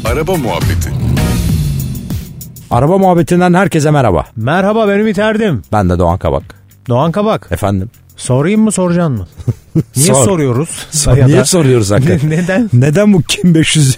Araba muhabbeti. Araba muhabbetinden herkese merhaba. Merhaba, ben Ümit Erdem. Ben de Doğan Kabak. Doğan Kabak. Efendim? Sorayım mı, soracaksın mı? Niye soruyoruz? Niye soruyoruz hakikaten? Neden? Neden bu Kim 500?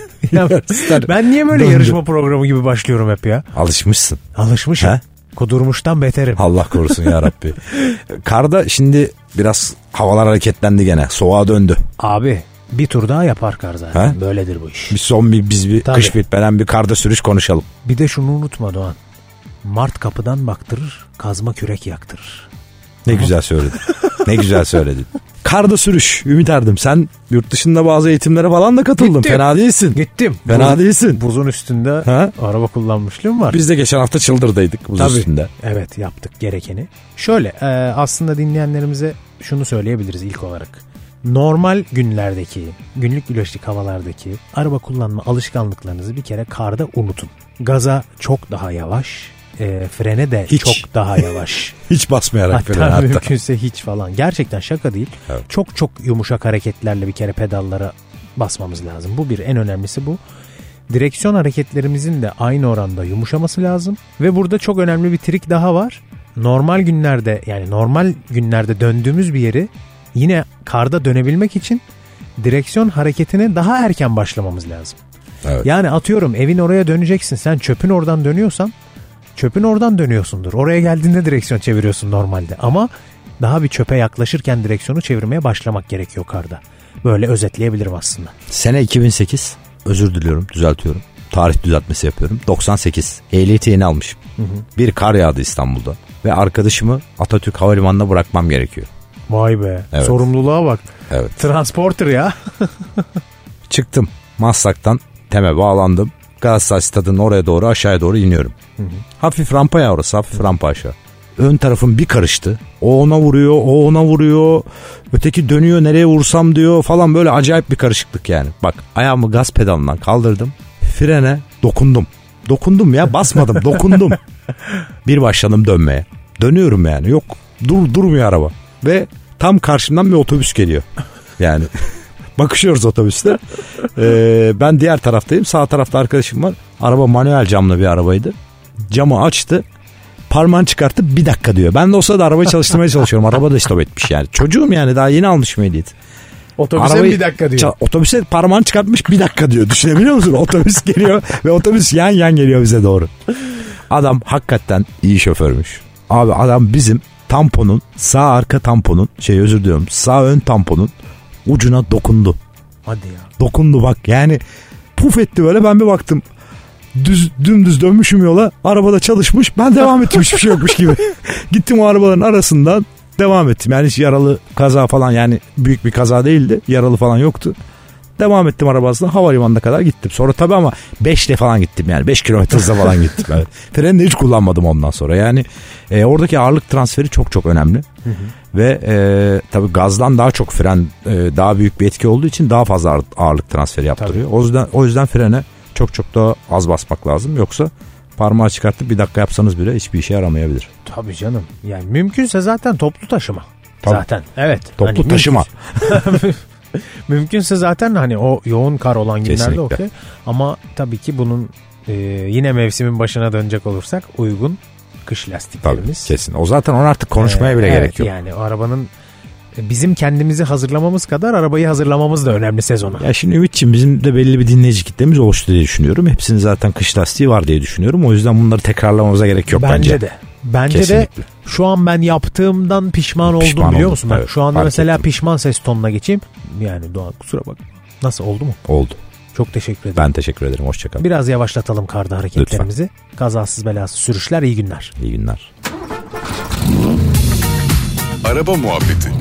Ben niye böyle yarışma programı gibi başlıyorum hep ya? Alışmışsın. Alışmışım. He? Kudurmuştan beterim. Allah korusun ya Rabbi. Karda şimdi biraz havalar hareketlendi gene. Soğuğa döndü. Abi bir tur daha yapar kar zaten. He? Böyledir bu iş. Biz bir Tabii. kış bitmeden bir karda sürüş konuşalım. Bir de şunu unutma Doğan. Mart kapıdan baktırır, kazma kürek yaktırır. Ne güzel söyledin. Ne güzel söyledin. Karda sürüş. Ümit Erdem, sen yurt dışında bazı eğitimlere falan da katıldın. Gittim. Fena değilsin. Gittim. Fena değilsin. Buzun üstünde Ha? araba kullanmışlığım var. Biz de geçen hafta Çıldır'daydık buz Tabii. üstünde. Evet, yaptık gerekeni. Şöyle aslında dinleyenlerimize şunu söyleyebiliriz ilk olarak. Normal günlerdeki, günlük güneşlik havalardaki araba kullanma alışkanlıklarınızı bir kere karda unutun. Gaza çok daha yavaş, frene de Hiç. çok daha yavaş. Hiç basmayarak frene Hatta hatta. mümkünse hiç falan. Gerçekten şaka değil. Evet. Çok çok yumuşak hareketlerle bir kere pedallara basmamız lazım. Bu bir, en önemlisi bu. Direksiyon hareketlerimizin de aynı oranda yumuşaması lazım. Ve burada çok önemli bir trik daha var. Normal günlerde döndüğümüz bir yeri yine karda dönebilmek için direksiyon hareketine daha erken başlamamız lazım. Evet. Yani atıyorum evin oraya döneceksin. Sen çöpün oradan dönüyorsan çöpün oradan dönüyorsundur. Oraya geldiğinde direksiyon çeviriyorsun normalde. Ama daha bir çöpe yaklaşırken direksiyonu çevirmeye başlamak gerekiyor karda. Böyle özetleyebilirim aslında. Sene 2008. Özür diliyorum, düzeltiyorum. Tarih düzeltmesi yapıyorum. 98. Ehliyeti yeni almışım. Bir kar yağdı İstanbul'da. Ve arkadaşımı Atatürk Havalimanı'na bırakmam gerekiyor. Vay be. Evet. Sorumluluğa bak. Evet. Transporter ya. Çıktım. Maslak'tan Tem'e bağlandım. Galatasaray Stadı'nın oraya doğru, aşağıya doğru iniyorum. Hafif rampa ya orası. Hafif rampa aşağı. Ön tarafım bir karıştı. O ona vuruyor, o ona vuruyor. Öteki dönüyor, nereye vursam diyor falan, böyle acayip bir karışıklık yani. Bak, ayağımı gaz pedalından kaldırdım. Frene dokundum. Dokundum ya, basmadım, dokundum. Bir başladım dönmeye. Dönüyorum yani, yok durmuyor araba. Ve tam karşımdan bir otobüs geliyor. Yani bakışıyoruz otobüste. Ben diğer taraftayım. Sağ tarafta arkadaşım var. Araba manuel camlı bir arabaydı. Camı açtı. Parmağını çıkartıp bir dakika diyor. Ben de o sırada arabayı çalıştırmaya çalışıyorum. Araba da stop etmiş yani. Çocuğum yani, daha yeni almışım ehliyeti. Otobüse bir dakika diyor. Otobüse parmağını çıkartmış, bir dakika diyor. Düşünebiliyor musun? Otobüs geliyor ve otobüs yan geliyor bize doğru. Adam hakikaten iyi şoförmüş. Abi adam bizim tamponun, sağ arka tamponun, sağ ön tamponun ucuna dokundu. Hadi ya. Dokundu bak yani, puf etti böyle, ben bir baktım. Dümdüz dönmüşüm yola, arabada çalışmış, ben devam ettim hiçbir şey yokmuş gibi. Gittim o arabaların arasından devam ettim. Yani hiç yaralı, kaza falan, yani büyük bir kaza değildi, yaralı falan yoktu. Devam ettim arabasına, havalimanına kadar gittim. Sonra tabii ama 5'le falan gittim yani, 5 kilometre hızla falan gittim. Evet. Freni de hiç kullanmadım ondan sonra yani. Oradaki ağırlık transferi çok çok önemli. Ve tabii gazdan daha çok fren daha büyük bir etki olduğu için daha fazla ağırlık transferi yaptırıyor. O yüzden frene çok daha az basmak lazım. Yoksa parmağı çıkartıp bir dakika yapsanız bile hiçbir işe yaramayabilir. Tabii canım. Yani mümkünse zaten toplu taşıma. Tabii. Zaten. Evet. Toplu taşıma. Mümkünse zaten hani o yoğun kar olan günlerde Kesinlikle. okey. Ama tabii ki bunun yine mevsimin başına dönecek olursak uygun kış lastiklerimiz. Tabii, kesin. O zaten onu artık konuşmaya bile gerek yok. Yani o arabanın bizim kendimizi hazırlamamız kadar arabayı hazırlamamız da önemli sezona. Ya şimdi Ümit'ciğim, bizim de belli bir dinleyici kitlemiz oluştu diye düşünüyorum. Hepsinin zaten kış lastiği var diye düşünüyorum. O yüzden bunları tekrarlamamıza gerek yok bence. Bence Kesinlikle. de şu an ben yaptığımdan pişman oldum biliyor musun? Evet, Bak şu anda fark mesela ettim. pişman ses tonuna geçeyim. Yani Doğan kusura bak. Nasıl, oldu mu? Oldu. Çok teşekkür ederim. Ben teşekkür ederim. Hoşçakal. Biraz yavaşlatalım karda hareketlerimizi. Kazasız belasız sürüşler, iyi günler. İyi günler. Araba muhabbeti.